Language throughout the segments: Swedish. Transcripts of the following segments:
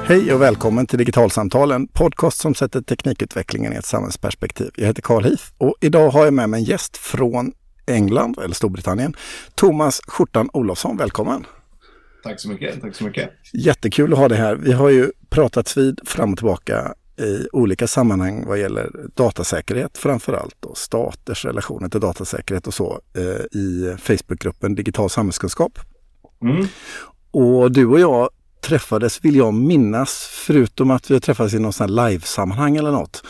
Hej och välkommen till Digitalsamtalen, podcast som sätter teknikutvecklingen i ett samhällsperspektiv. Jag heter Carl Heath och idag har jag med mig en gäst från England, eller Storbritannien, Thomas Skjortan Olofsson. Välkommen! Tack så mycket, tack så mycket. Jättekul att ha dig här. Vi har ju pratats vid fram och tillbaka i olika sammanhang vad gäller datasäkerhet framförallt och staters relationer till datasäkerhet och så i Facebookgruppen Digital Samhällskunskap. Och du och jag träffades, vill jag minnas, förutom att vi träffades i någon sån här live-sammanhang eller något,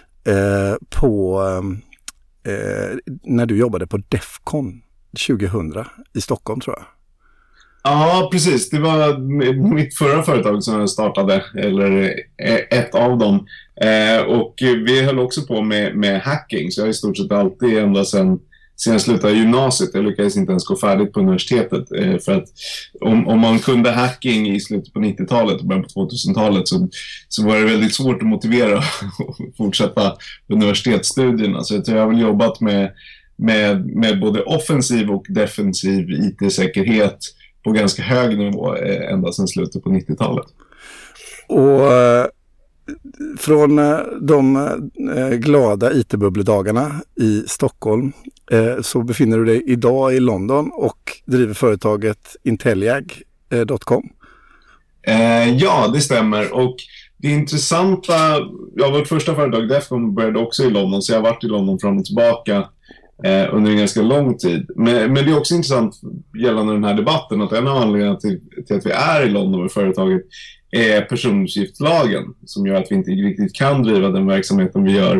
när du jobbade på Defcon 2000 i Stockholm tror jag. Ja, precis. Det var mitt förra företag som jag startade, eller ett av dem. Och vi höll också på med hacking, så jag har i stort sett alltid ända sedan jag slutade gymnasiet. Jag lyckades inte ens gå färdigt på universitetet. För att om man kunde hacking i slutet på 90-talet och början på 2000-talet så var det väldigt svårt att motivera att fortsätta universitetsstudierna. Så jag har väl jobbat med både offensiv och defensiv IT-säkerhet på ganska hög nivå ända sedan slutet på 90-talet. Och från de glada IT-bubbledagarna i Stockholm så befinner du dig idag i London och driver företaget Intelliag.com. Ja, det stämmer. Och det intressanta, vårt första företag Defcon började också i London, så jag har varit i London fram och tillbaka under en ganska lång tid. Men det är också intressant gällande den här debatten att en av anledningarna till att vi är i London med företaget är personuppgiftslagen som gör att vi inte riktigt kan driva den verksamheten vi gör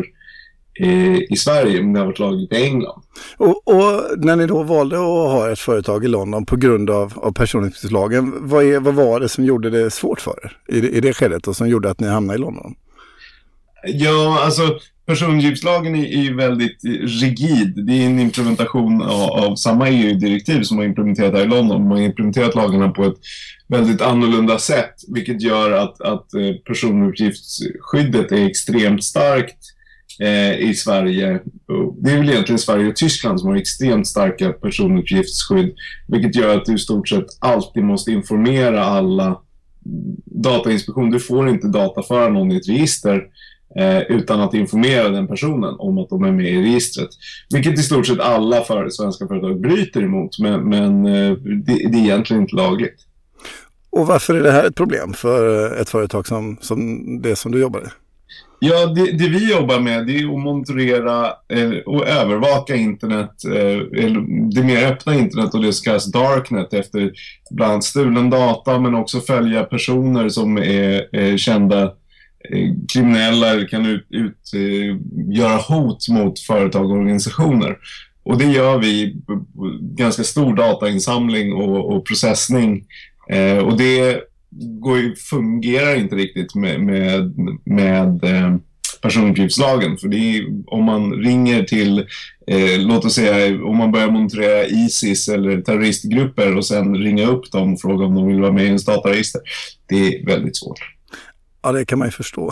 i Sverige, men det har varit laget i England. Och när ni då valde att ha ett företag i London på grund av personuppgiftslagen, vad var det som gjorde det svårt för er i det skedet och som gjorde att ni hamnade i London? Ja, alltså personuppgiftslagen är ju väldigt rigid. Det är en implementation av samma EU-direktiv som har implementerat här i London. Man har implementerat lagarna på ett väldigt annorlunda sätt, vilket gör att personuppgiftsskyddet är extremt starkt i Sverige. Det är väl egentligen Sverige och Tyskland som har extremt starka personuppgiftsskydd, vilket gör att du i stort sett alltid måste informera alla. Datainspektion, du får inte dataföra någon i ett register utan att informera den personen om att de är med i registret. Vilket i stort sett alla svenska företag bryter emot, men det är egentligen inte lagligt. Och varför är det här ett problem för ett företag som det som du jobbar i? Ja, det vi jobbar med det är att monitorera och övervaka internet, eller det mer öppna internet och det så kallas darknet efter bland annat stulen data, men också följa personer som är kända kriminella eller kan göra hot mot företag och organisationer. Och det gör vi ganska stor datainsamling och processning. Och det fungerar inte riktigt med personuppgiftslagen. För det är, om man ringer till, låt oss säga, om man börjar monitorera ISIS eller terroristgrupper och sen ringa upp dem och fråga om de vill vara med i en dataregister, det är väldigt svårt. Ja, det kan man ju förstå.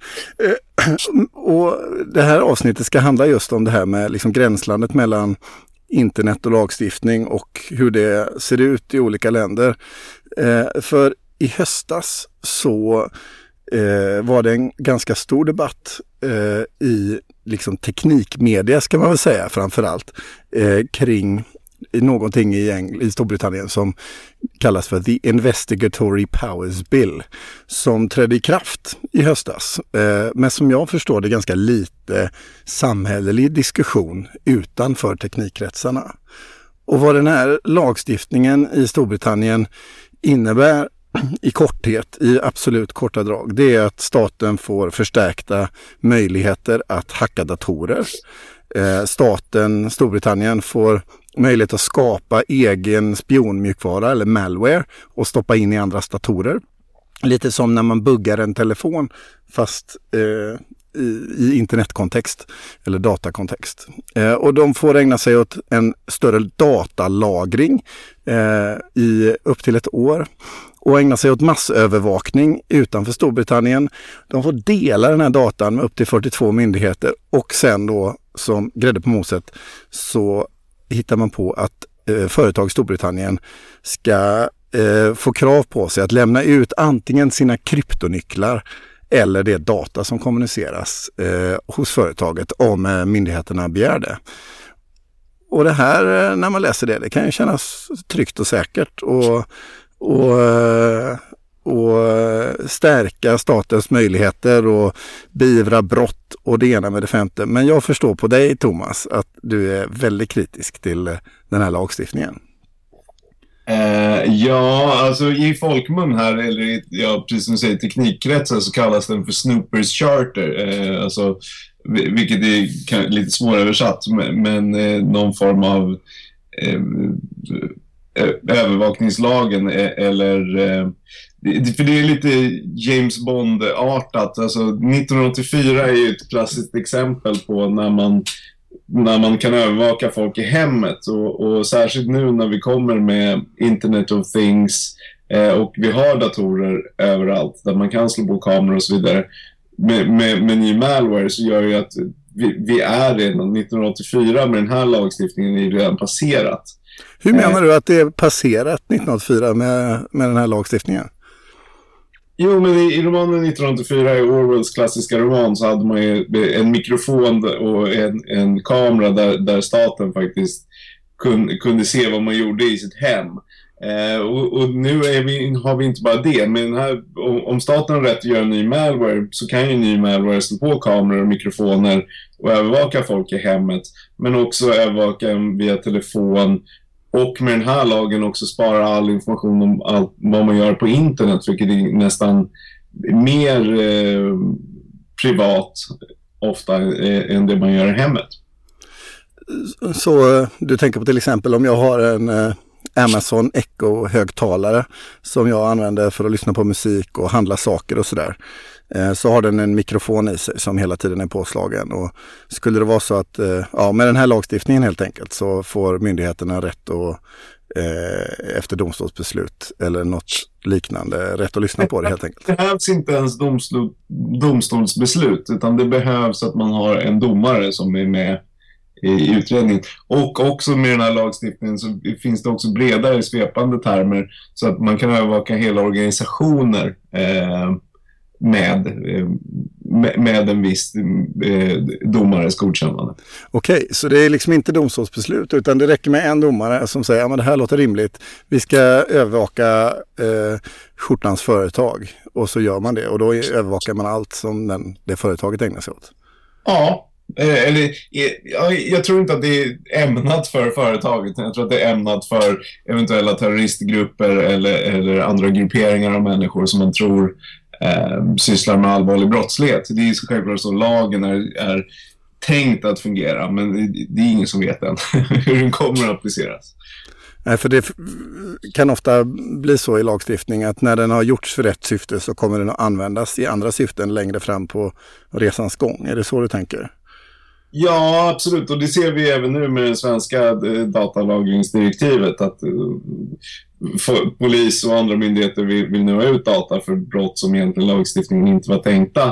Och det här avsnittet ska handla just om det här med liksom gränslandet mellan internet och lagstiftning och hur det ser ut i olika länder. För i höstas så var det en ganska stor debatt i liksom teknikmedia ska man väl säga framförallt kring någonting i Storbritannien som kallas för The Investigatory Powers Bill som trädde i kraft i höstas. Men som jag förstår det ganska lite samhällelig diskussion utanför teknikkretsarna. Och vad den här lagstiftningen i Storbritannien innebär i korthet, i absolut korta drag, det är att staten får förstärkta möjligheter att hacka datorer. Storbritannien får möjlighet att skapa egen spionmjukvara eller malware och stoppa in i andras datorer. Lite som när man buggar en telefon fast i internetkontext eller datakontext. Och de får ägna sig åt en större datalagring i upp till ett år och ägna sig åt massövervakning utanför Storbritannien. De får dela den här datan med upp till 42 myndigheter och sen då som grädde på moset så hittar man på att företag i Storbritannien ska få krav på sig att lämna ut antingen sina kryptonycklar eller det data som kommuniceras hos företaget om myndigheterna begär det. Och det här, när man läser det kan ju kännas tryggt och säkert och stärka statens möjligheter och beivra brott och det ena med det femte. Men jag förstår på dig, Thomas, att du är väldigt kritisk till den här lagstiftningen. Ja, alltså i folkmun här, eller precis som du säger, teknikkretsar, så kallas den för Snoopers Charter. Alltså, vilket är lite svåröversatt, men någon form av övervakningslagen eller... För det är lite James Bond-artat. Alltså 1984 är ju ett klassiskt exempel på när man kan övervaka folk i hemmet. Och särskilt nu när vi kommer med Internet of Things och vi har datorer överallt där man kan slå på kameror och så vidare. Med ny malware så gör ju att vi är redan 1984 med den här lagstiftningen är redan passerat. Hur menar du att det är passerat 1984 med den här lagstiftningen? Jo, men i romanen 1984, i Orwells klassiska roman, så hade man ju en mikrofon och en kamera där staten faktiskt kunde se vad man gjorde i sitt hem. Och nu har vi inte bara det, men om staten har rätt att göra ny malware så kan ju ny malware slå på kameror och mikrofoner och övervaka folk i hemmet, men också övervaka via telefon. Och med den här lagen också spara all information om allt vad man gör på internet, vilket är nästan mer privat ofta än det man gör i hemmet. Så du tänker på till exempel om jag har en Amazon Echo-högtalare som jag använder för att lyssna på musik och handla saker och sådär. Så har den en mikrofon i sig som hela tiden är påslagen. Och skulle det vara så att med den här lagstiftningen helt enkelt så får myndigheterna rätt att efter domstolsbeslut eller något liknande rätt att lyssna på det helt enkelt. Det behövs inte ens domstolsbeslut, utan det behövs att man har en domare som är med i utredningen. Och också med den här lagstiftningen så finns det också bredare svepande termer så att man kan övervaka hela organisationer med en viss domares godkännande. Okej, så det är liksom inte domstolsbeslut utan det räcker med en domare som säger att det här låter rimligt. Vi ska övervaka skjortans företag och så gör man det och då övervakar man allt som det företaget ägnar sig åt. Ja. Jag tror inte att det är ämnat för företaget. Jag tror att det är ämnat för eventuella terroristgrupper eller andra grupperingar av människor som man tror sysslar med allvarlig brottslighet. Det är så självklart så lagen är tänkt att fungera, men det är ingen som vet än hur den kommer att appliceras. Nej, för det kan ofta bli så i lagstiftning att när den har gjorts för rätt syfte så kommer den att användas i andra syften längre fram på resans gång. Är det så du tänker? Ja, absolut. Och det ser vi även nu med det svenska datalagringsdirektivet att polis och andra myndigheter vill nu ha ut data för brott som egentligen lagstiftningen inte var tänkta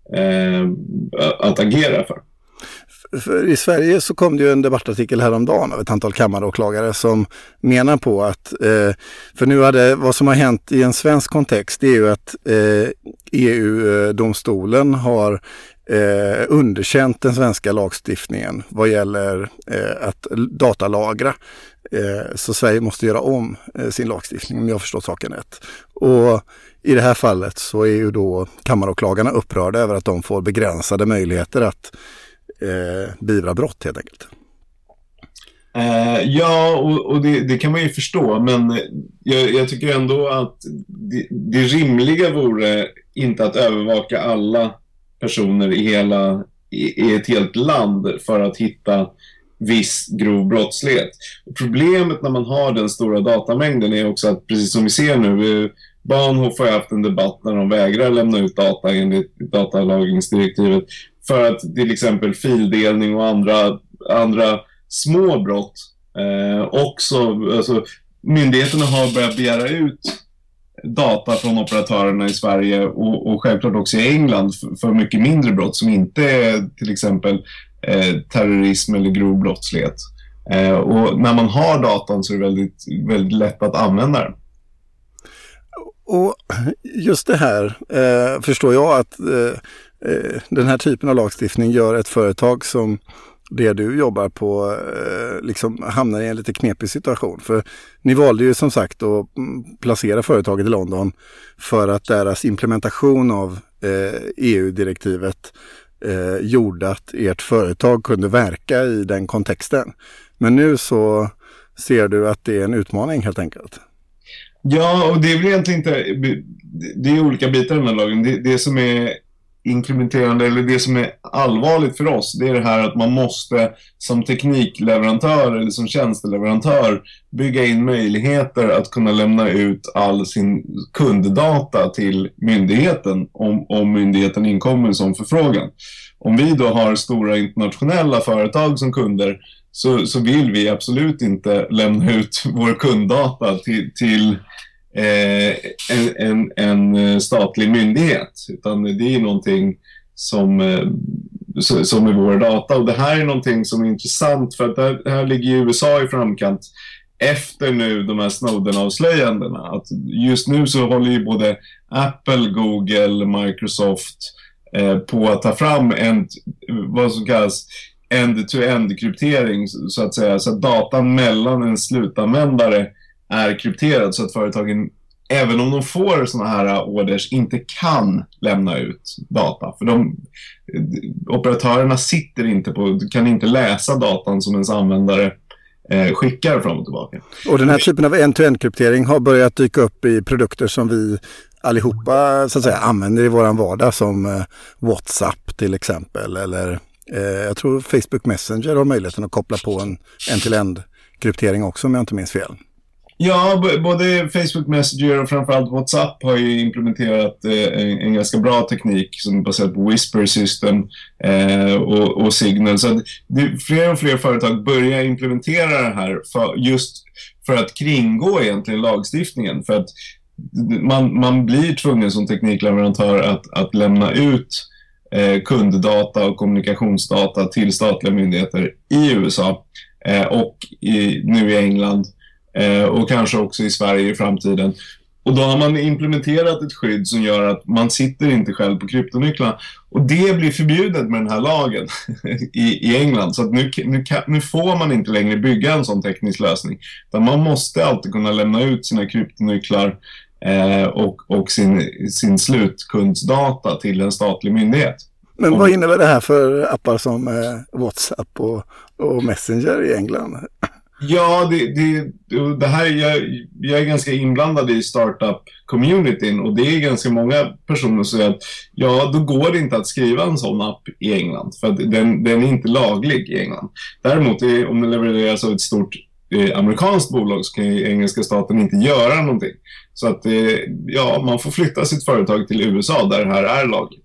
att agera för. För i Sverige så kom det ju en debattartikel häromdagen av ett antal kammaråklagare som menar på att, för nu vad som har hänt i en svensk kontext är ju att EU-domstolen har underkänt den svenska lagstiftningen vad gäller att datalagra. Så Sverige måste göra om sin lagstiftning om jag förstår saken rätt. Och i det här fallet så är ju då kammaråklagarna upprörda över att de får begränsade möjligheter att beivra brott helt enkelt. Ja, och det kan man ju förstå, men jag tycker ändå att det rimliga vore inte att övervaka alla personer i ett helt land för att hitta viss grov brottslighet. Och problemet när man har den stora datamängden är också att, precis som vi ser nu, Bahnhof har haft en debatt när de vägrar lämna ut data enligt datalagringsdirektivet för att till exempel fildelning och andra små brott också, alltså myndigheterna har börjat begära ut data från operatörerna i Sverige och självklart också i England för mycket mindre brott som inte är till exempel terrorism eller grov brottslighet. Och när man har datan så är det väldigt, väldigt lätt att använda den. Och just det här förstår jag att den här typen av lagstiftning gör ett företag som det du jobbar på liksom hamnar i en lite knepig situation. För ni valde ju som sagt att placera företaget i London för att deras implementation av EU-direktivet gjorde att ert företag kunde verka i den kontexten. Men nu så ser du att det är en utmaning helt enkelt. Ja, och det är väl egentligen inte... Det är olika bitar i den här lagen. Det som är inkrementerande, eller det som är allvarligt för oss, det är det här att man måste som teknikleverantör eller som tjänsteleverantör bygga in möjligheter att kunna lämna ut all sin kunddata till myndigheten om myndigheten inkommer som förfrågan. Om vi då har stora internationella företag som kunder, så vill vi absolut inte lämna ut vår kunddata till en statlig myndighet, utan det är någonting som är vår data. Och det här är någonting som är intressant, för att det här ligger i USA i framkant efter nu de här Snowden-avslöjandena. Att just nu så håller ju både Apple, Google, Microsoft på att ta fram vad som kallas end-to-end-kryptering, så att säga, så att datan mellan en slutanvändare är krypterad, så att företagen, även om de får såna här orders, inte kan lämna ut data. För operatörerna kan inte läsa datan som ens användare skickar fram och tillbaka. Och den här typen av end-to-end-kryptering har börjat dyka upp i produkter som vi allihopa så att säga använder i våran vardag, som WhatsApp till exempel, eller jag tror Facebook Messenger har möjligheten att koppla på en end-to-end-kryptering också, om jag inte minns fel. Ja, både Facebook Messenger och framförallt WhatsApp har ju implementerat en ganska bra teknik som är baserad på Whisper System och Signal. Så att fler och fler företag börjar implementera det här just för att kringgå egentligen lagstiftningen. För att man blir tvungen som teknikleverantör att lämna ut kunddata och kommunikationsdata till statliga myndigheter i USA och nu i England. Och kanske också i Sverige i framtiden. Och då har man implementerat ett skydd som gör att man sitter inte själv på kryptonycklarna. Och det blir förbjudet med den här lagen i England. Så att nu får man inte längre bygga en sån teknisk lösning. Utan man måste alltid kunna lämna ut sina kryptonycklar och sin slutkundsdata till en statlig myndighet. Men vad innebär det här för appar som WhatsApp och Messenger i England? Ja, det här jag är ganska inblandad i startup-communityn, och det är ganska många personer som säger att ja, då går det inte att skriva en sån app i England, för att den är inte laglig i England. Däremot om den levereras av ett stort amerikanskt bolag, så kan ju engelska staten inte göra någonting. Så att man får flytta sitt företag till USA där det här är lagligt.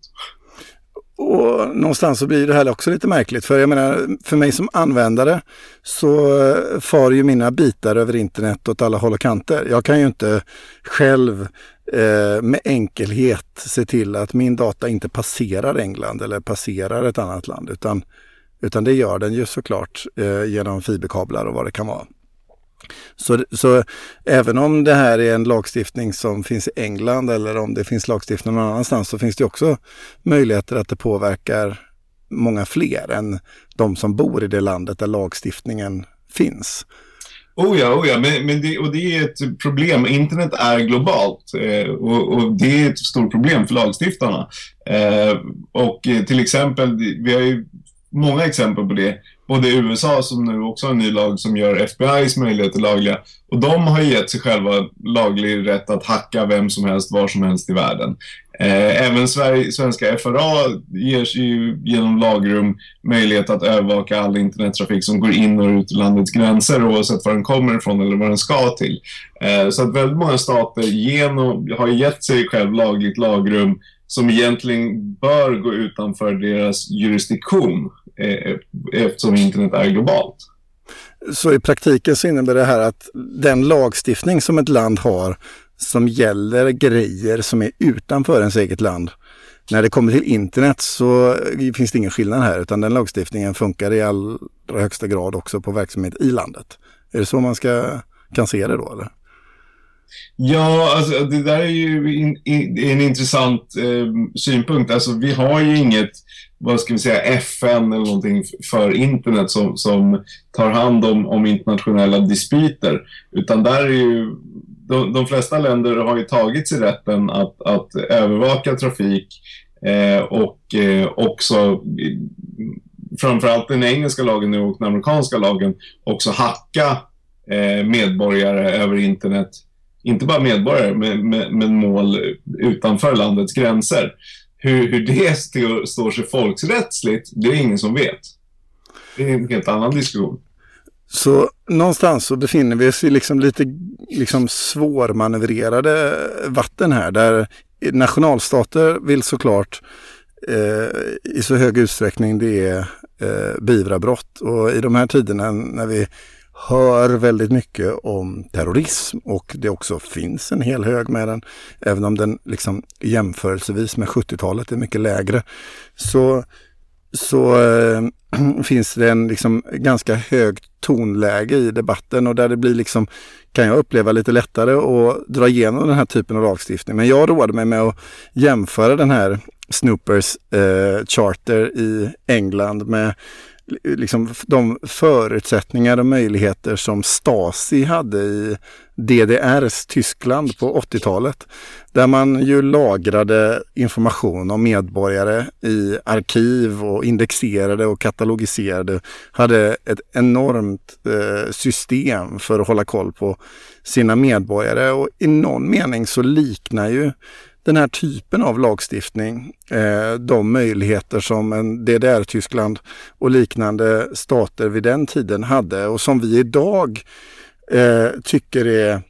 Och någonstans så blir det här också lite märkligt, för jag menar, för mig som användare så far ju mina bitar över internet åt alla håll och kanter. Jag kan ju inte själv med enkelhet se till att min data inte passerar England eller passerar ett annat land, utan det gör den ju såklart genom fiberkablar och vad det kan vara. Så även om det här är en lagstiftning som finns i England, eller om det finns lagstiftning någon annanstans, så finns det också möjligheter att det påverkar många fler än de som bor i det landet där lagstiftningen finns. Oh ja, men det är ett problem. Internet är globalt och det är ett stort problem för lagstiftarna. Och till exempel, vi har ju många exempel på det. Både i USA, som nu också har en ny lag som gör FBI:s möjligheter lagliga. Och de har gett sig själva laglig rätt att hacka vem som helst, var som helst i världen. Även svenska FRA ger sig ju genom lagrum möjlighet att övervaka all internettrafik som går in och ut i landets gränser, oavsett var den kommer ifrån eller vad den ska till. Så att väldigt många stater har gett sig själv lagligt lagrum som egentligen bör gå utanför deras jurisdiktion, eftersom internet är globalt. Så i praktiken så innebär det här att den lagstiftning som ett land har som gäller grejer som är utanför ens eget land, när det kommer till internet så finns det ingen skillnad här, utan den lagstiftningen funkar i allra högsta grad också på verksamhet i landet. Är det så man kan se det då, eller? Ja, alltså det där är ju en intressant synpunkt. Alltså vi har ju inget, vad ska vi säga, FN eller någonting för internet som tar hand om internationella dispyter. Utan där är ju, de flesta länder har ju tagit sig rätten att övervaka trafik och också, framförallt den engelska lagen nu och den amerikanska lagen, också hacka medborgare över internet. Inte bara medborgare, men mål utanför landets gränser. Hur det står sig folksrättsligt, det är ingen som vet. Det är en helt annan diskussion. Så någonstans så befinner vi oss i lite svårmanövrerade vatten här, där nationalstater vill såklart i så hög utsträckning det är beivra brott. Och i de här tiderna när vi hör väldigt mycket om terrorism, och det också finns en hel hög med den, även om den jämförelsevis med 70-talet är mycket lägre, så finns det en ganska hög tonläge i debatten, och där det blir kan jag uppleva lite lättare att dra igenom den här typen av lagstiftning. Men jag roade mig med att jämföra den här Snoopers charter i England med de förutsättningar och möjligheter som Stasi hade i DDRs Tyskland på 80-talet, där man ju lagrade information om medborgare i arkiv och indexerade och katalogiserade, hade ett enormt system för att hålla koll på sina medborgare. Och i någon mening så liknar ju den här typen av lagstiftning de möjligheter som en DDR-Tyskland och liknande stater vid den tiden hade, och som vi idag tycker är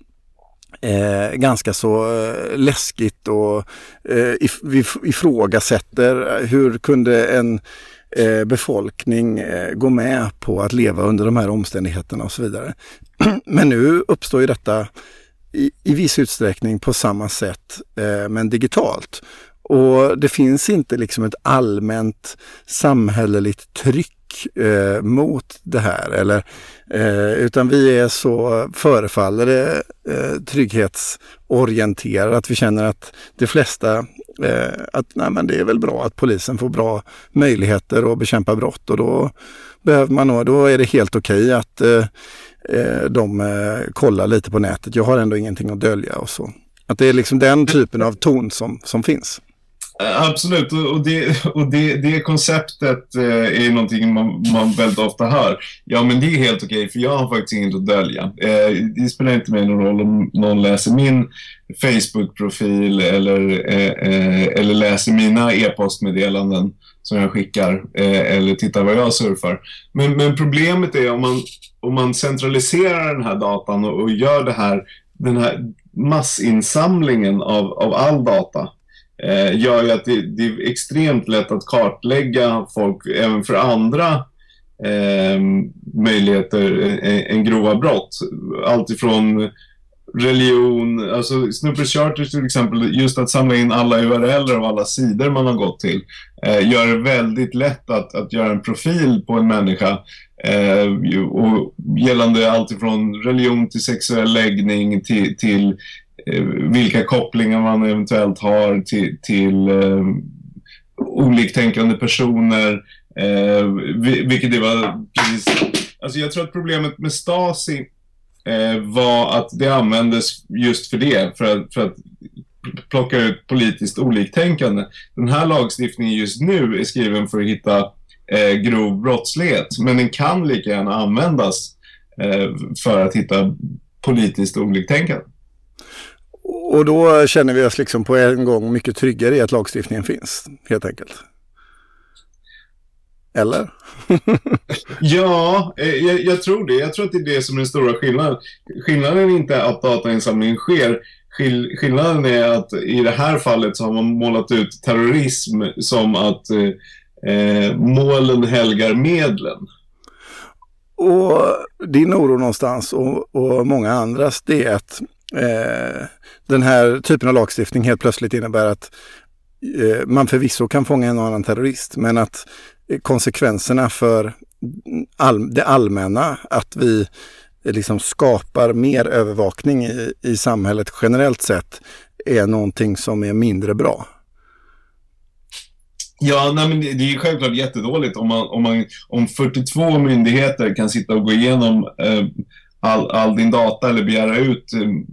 ganska så läskigt, och vi ifrågasätter hur kunde en befolkning gå med på att leva under de här omständigheterna och så vidare. Men nu uppstår ju detta i viss utsträckning på samma sätt, men digitalt. Och det finns inte ett allmänt samhälleligt tryck mot det här, utan vi är så, förefaller det, trygghetsorienterade, att vi känner att de flesta att det är väl bra att polisen får bra möjligheter att bekämpa brott, och då är det helt okej att de kollar lite på nätet. Jag har ändå ingenting att dölja och så. Att det är den typen av ton som finns. Absolut, och det konceptet är någonting man väldigt ofta hör. Ja, men det är helt okej, för jag har faktiskt inget att dölja. Det spelar inte mig någon roll om någon läser min Facebook-profil eller läser mina e-postmeddelanden som jag skickar, eller tittar vad jag surfar. Men problemet är om man centraliserar den här datan och gör den här massinsamlingen av all data, gör ju att det är extremt lätt att kartlägga folk även för andra möjligheter än grova brott. Allt ifrån religion, alltså Snoopers Charter till exempel, just att samla in alla URLer av alla sidor man har gått till, gör det väldigt lätt att göra en profil på en människa, och gällande allt ifrån religion till sexuell läggning till vilka kopplingar man eventuellt har till oliktänkande personer, vilket det var precis. Alltså jag tror att problemet med Stasi var att det användes just för det, för att plocka ut politiskt oliktänkande. Den här lagstiftningen just nu är skriven för att hitta grov brottslighet, men den kan lika gärna användas för att hitta politiskt oliktänkande. Och då känner vi oss på en gång mycket tryggare i att lagstiftningen finns, helt enkelt. Eller? Ja, jag tror det. Jag tror att det är det som är den stora skillnaden. Skillnaden är inte att datainsamlingen sker. Skillnaden är att i det här fallet så har man målat ut terrorism som att målen helgar medlen. Och din oro någonstans och många andras, det är att den här typen av lagstiftning helt plötsligt innebär att man förvisso kan fånga en annan terrorist, men att konsekvenserna för det allmänna, att vi liksom skapar mer övervakning i samhället generellt sett är någonting som är mindre bra. Ja, nej, men det är självklart jättedåligt om 42 myndigheter kan sitta och gå igenom all din data eller begära ut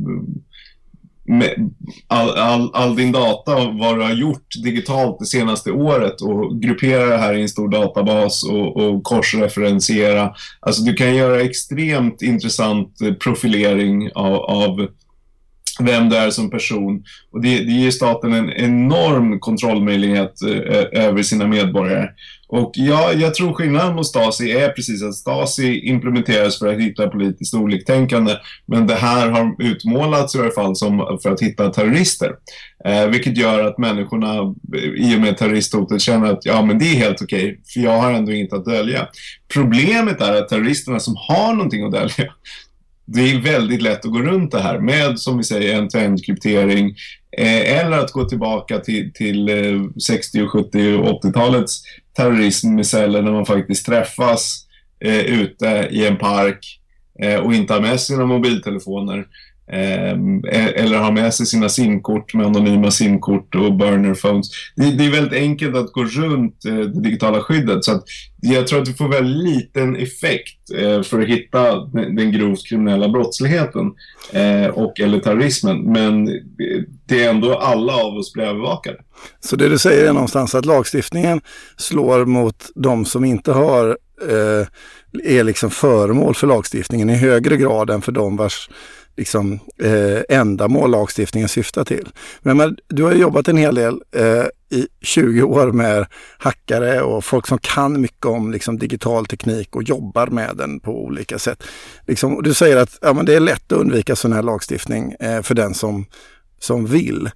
all din data och vad du har gjort digitalt det senaste året och gruppera det här i en stor databas och korsreferentiera. Alltså du kan göra extremt intressant profilering av vem det är som person. Och det ger staten en enorm kontrollmöjlighet över sina medborgare. Och jag tror skillnaden mot Stasi är precis att Stasi implementeras för att hitta politiskt oliktänkande. Men det här har utmålats i alla fall som för att hitta terrorister. Vilket gör att människorna i och med terroristhotet känner att ja, men det är helt okej, för jag har ändå inget att dölja. Problemet är att terroristerna som har någonting att dölja, det är väldigt lätt att gå runt det här med, som vi säger, end-to-end-kryptering eller att gå tillbaka till 60-, 70- och 80-talets terrorism med celler när man faktiskt träffas ute i en park och inte har med sina mobiltelefoner eller har med sig sina simkort med anonyma simkort och burner phones. Det är väldigt enkelt att gå runt det digitala skyddet, så att jag tror att du får väldigt liten effekt för att hitta den grovt kriminella brottsligheten eller terrorismen, men det är ändå alla av oss blir övervakade. Så det du säger är någonstans att lagstiftningen slår mot de som inte har är liksom föremål för lagstiftningen i högre grad än för de vars liksom, ändamål lagstiftningen syftar till. Men du har jobbat en hel del i 20 år med hackare och folk som kan mycket om liksom, digital teknik och jobbar med den på olika sätt. Liksom, du säger att ja, men det är lätt att undvika sån här lagstiftning för den som vill.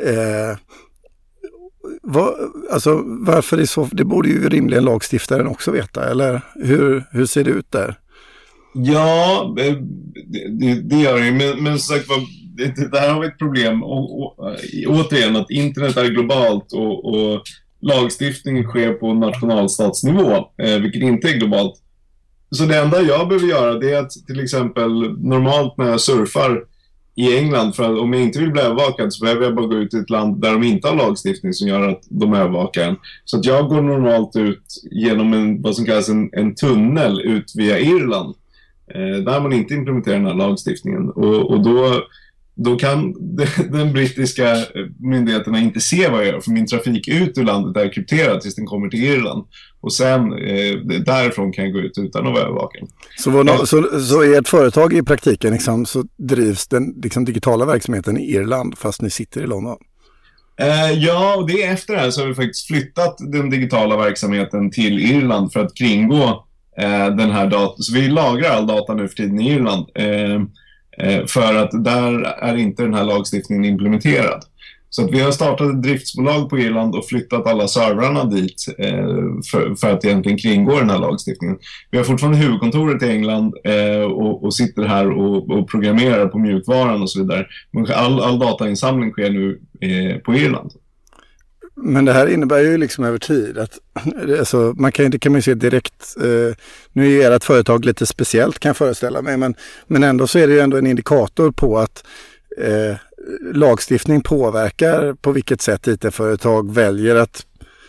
Varför det är så? Det borde ju rimligen lagstiftaren också veta, eller hur ser det ut där? Ja, det gör det. Men som sagt, det här har vi ett problem. Och återigen, att internet är globalt och lagstiftningen sker på nationalstatsnivå, vilket inte är globalt. Så det enda jag behöver göra, det är att till exempel normalt när jag surfar i England, för att om jag inte vill bli övervakad så behöver jag bara gå ut i ett land där de inte har lagstiftning som gör att de övervakar en. Så att jag går normalt ut genom vad som kallas en tunnel ut via Irland. Där man inte implementerar den här lagstiftningen. Och då kan den brittiska myndigheterna inte se vad jag gör, för min trafik ut ur landet är krypterad tills den kommer till Irland. Och sen därifrån kan jag gå ut utan att vara övervaken. Så i ert företag i praktiken liksom, så drivs den liksom, digitala verksamheten i Irland fast ni sitter i London? Ja, och det är efter det här så har vi faktiskt flyttat den digitala verksamheten till Irland för att kringgå den här datan. Så vi lagrar all data nu för tiden i Irland för att där är inte den här lagstiftningen implementerad. Så att vi har startat ett driftsbolag på Irland och flyttat alla servrarna dit för att egentligen kringgå den här lagstiftningen. Vi har fortfarande huvudkontoret i England och sitter här och programmerar på mjukvaran och så vidare. All datainsamling sker nu på Irland. Men det här innebär ju liksom över tid att alltså, det kan man ju se direkt, nu är ert företag lite speciellt kan jag föreställa mig, men ändå så är det ju ändå en indikator på att lagstiftning påverkar på vilket sätt IT-företag väljer att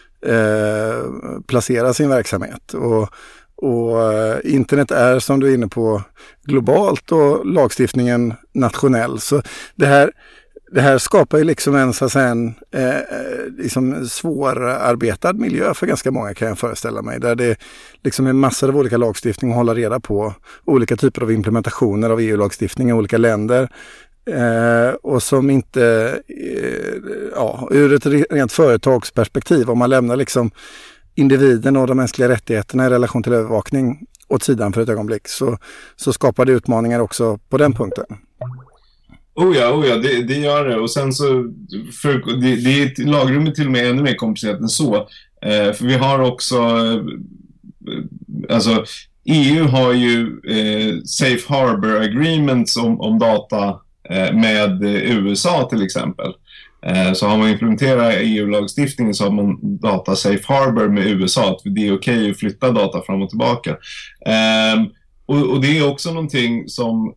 placera sin verksamhet. Och internet är, som du är inne på, globalt och lagstiftningen nationell. Så det här skapar ju liksom en liksom svårarbetad miljö för ganska många, kan jag föreställa mig. Där det liksom är massor av olika lagstiftning att hålla reda på. Olika typer av implementationer av EU-lagstiftning i olika länder. Och som inte, ur ett rent företagsperspektiv, om man lämnar liksom individen och de mänskliga rättigheterna i relation till övervakning åt sidan för ett ögonblick, så skapar det utmaningar också på den punkten. Oh ja, det gör det. Och sen så, lagrummet till och med ännu mer komplicerat än så. För vi har också, alltså EU har ju Safe Harbor Agreements om data med USA till exempel. Så har man implementerat EU-lagstiftningen så har man data Safe Harbor med USA, att det är okej att flytta data fram och tillbaka. Och det är också någonting som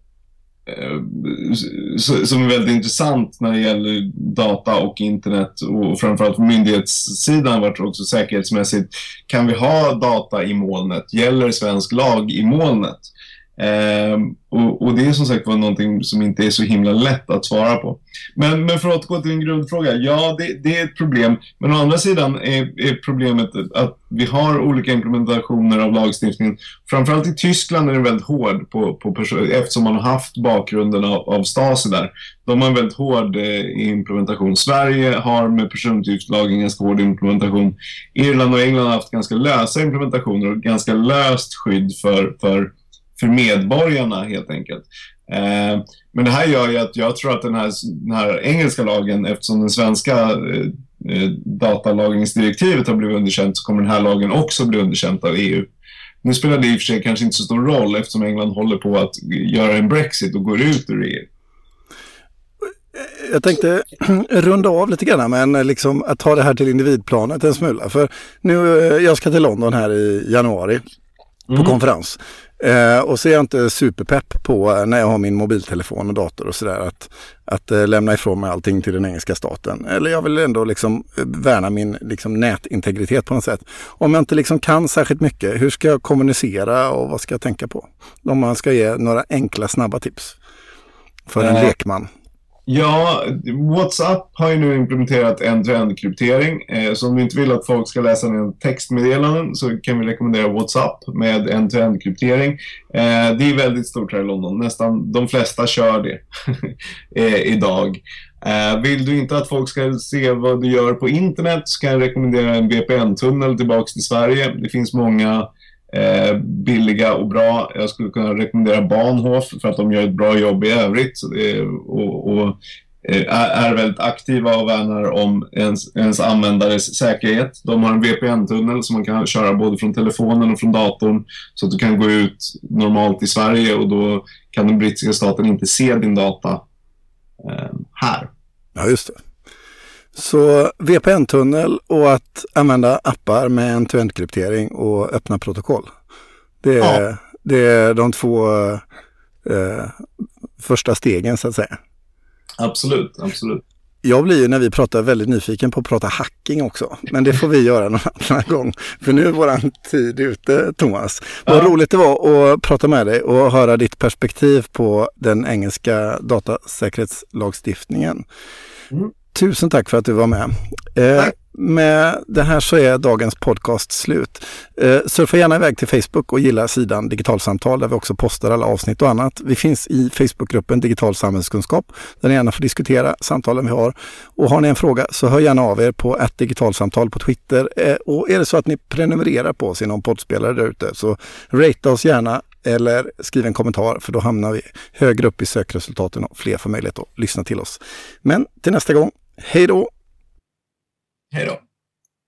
är väldigt intressant när det gäller data och internet, och framförallt på myndighetssidan vart också säkerhetsmässigt. Kan vi ha data i molnet? Gäller svensk lag i molnet? Och det är som sagt var någonting som inte är så himla lätt att svara på. Men för att återgå till en grundfråga, ja, det är ett problem. Men å andra sidan är problemet att vi har olika implementationer av lagstiftningen. Framförallt i Tyskland är den väldigt hård eftersom man har haft bakgrunden av Stasi där. De har en väldigt hård implementation. Sverige har med personuppgiftslagen ganska hård implementation. Irland och England har haft ganska lösa implementationer och ganska löst skydd för medborgarna helt enkelt. Men det här gör ju att jag tror att den här engelska lagen, eftersom den svenska datalagringsdirektivet har blivit underkänt, så kommer den här lagen också bli underkänt av EU. Nu spelar det i och för sig kanske inte så stor roll eftersom England håller på att göra en Brexit och går ut ur EU. Jag tänkte runda av lite grann, men liksom att ta det här till individplanet en smula. För nu, jag ska till London här i januari på konferens. Och så är jag inte superpepp på när jag har min mobiltelefon och dator och sådär att lämna ifrån mig allting till den engelska staten. Eller jag vill ändå liksom värna min liksom nätintegritet på något sätt. Om jag inte liksom kan särskilt mycket, hur ska jag kommunicera och vad ska jag tänka på? Om man ska ge några enkla snabba tips för en lekman. Ja, WhatsApp har ju nu implementerat end-to-end-kryptering. Så om du inte vill att folk ska läsa en textmeddelanden så kan vi rekommendera WhatsApp med end-to-end-kryptering. Det är väldigt stort här i London. Nästan de flesta kör det idag. Vill du inte att folk ska se vad du gör på internet så kan jag rekommendera en VPN-tunnel tillbaka till Sverige. Det finns många billiga och bra. Jag skulle kunna rekommendera Bahnhof för att de gör ett bra jobb i övrigt och är väldigt aktiva och värnar om ens användares säkerhet. De har en VPN-tunnel som man kan köra både från telefonen och från datorn så att du kan gå ut normalt i Sverige och då kan den brittiska staten inte se din data här. Ja, just det. Så VPN-tunnel och att använda appar med end-to-end-kryptering och öppna protokoll. Det är de två första stegen så att säga. Absolut. Jag blir ju när vi pratar väldigt nyfiken på att prata hacking också. Men det får vi göra någon annan gång. För nu är våran tid ute, Thomas. Vad roligt det var att prata med dig och höra ditt perspektiv på den engelska datasäkerhetslagstiftningen. Tusen tack för att du var med. Med det här så är dagens podcast slut. Surfa gärna iväg till Facebook och gilla sidan Digitalsamtal där vi också postar alla avsnitt och annat. Vi finns i Facebookgruppen Digital Samhällskunskap där ni gärna får diskutera samtalen vi har. Och har ni en fråga så hör gärna av er på @digitalsamtal på Twitter. Och är det så att ni prenumererar på oss i någon poddspelare där ute så ratea oss gärna eller skriv en kommentar för då hamnar vi högre upp i sökresultaten och fler får möjlighet att lyssna till oss. Men till nästa gång, hej då! Hej då!